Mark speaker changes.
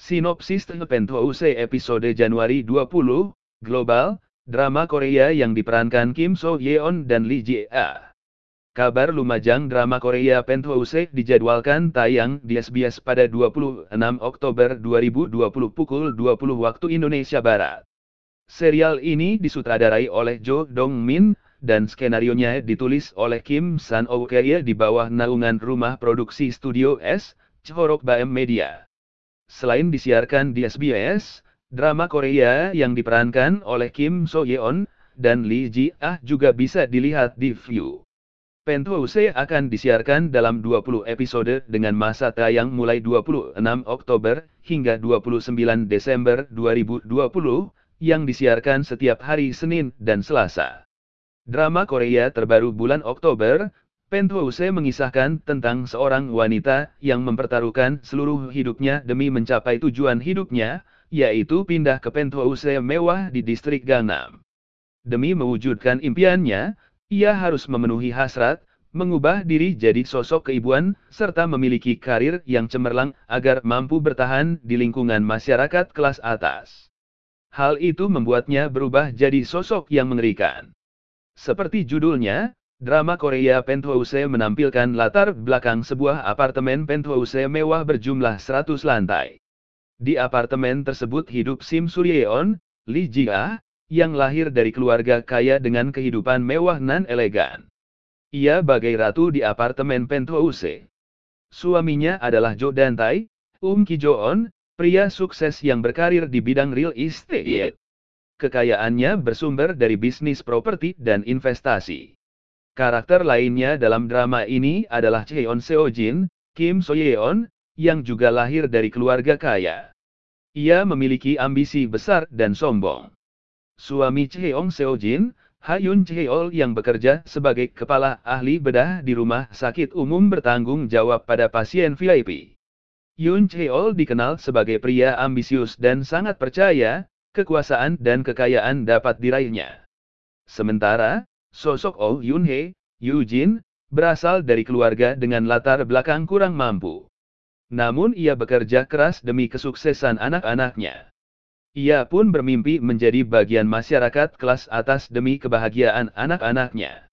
Speaker 1: Sinopsis Penthouse episode Januari 20, Global, drama Korea yang diperankan Kim So Yeon dan Lee Ji Ah. Kabar Lumajang drama Korea Penthouse dijadwalkan tayang di SBS pada 26 Oktober 2020 pukul 20 waktu Indonesia Barat. Serial ini disutradarai oleh Jo Dong Min, dan skenarionya ditulis oleh Kim San Ok di bawah naungan rumah produksi Studio S, Chorok Baem Media. Selain disiarkan di SBS, drama Korea yang diperankan oleh Kim So Yeon dan Lee Ji Ah juga bisa dilihat di Viu. Penthouse akan disiarkan dalam 20 episode dengan masa tayang mulai 26 Oktober hingga 29 Desember 2020, yang disiarkan setiap hari Senin dan Selasa. Drama Korea terbaru bulan Oktober, Penthouse mengisahkan tentang seorang wanita yang mempertaruhkan seluruh hidupnya demi mencapai tujuan hidupnya, yaitu pindah ke penthouse mewah di distrik Gangnam. Demi mewujudkan impiannya, ia harus memenuhi hasrat, mengubah diri jadi sosok keibuan, serta memiliki karir yang cemerlang agar mampu bertahan di lingkungan masyarakat kelas atas. Hal itu membuatnya berubah jadi sosok yang mengerikan. Seperti judulnya, drama Korea Penthouse menampilkan latar belakang sebuah apartemen penthouse mewah berjumlah 100 lantai. Di apartemen tersebut hidup Sim Suryeon, Lee Ji Ah, yang lahir dari keluarga kaya dengan kehidupan mewah nan elegan. Ia bagai ratu di apartemen penthouse. Suaminya adalah Jo Dan Tae, Ki Joon, pria sukses yang berkarir di bidang real estate. Kekayaannya bersumber dari bisnis properti dan investasi. Karakter lainnya dalam drama ini adalah Cheon Seo Jin, Kim So Yeon, yang juga lahir dari keluarga kaya. Ia memiliki ambisi besar dan sombong. Suami Cheon Seo Jin, Ha Yun Cheol, yang bekerja sebagai kepala ahli bedah di rumah sakit umum bertanggung jawab pada pasien VIP. Yun Cheol dikenal sebagai pria ambisius dan sangat percaya, kekuasaan dan kekayaan dapat diraihnya. Sementara, sosok Oh Yun Hee, Eugene, berasal dari keluarga dengan latar belakang kurang mampu. Namun ia bekerja keras demi kesuksesan anak-anaknya. Ia pun bermimpi menjadi bagian masyarakat kelas atas demi kebahagiaan anak-anaknya.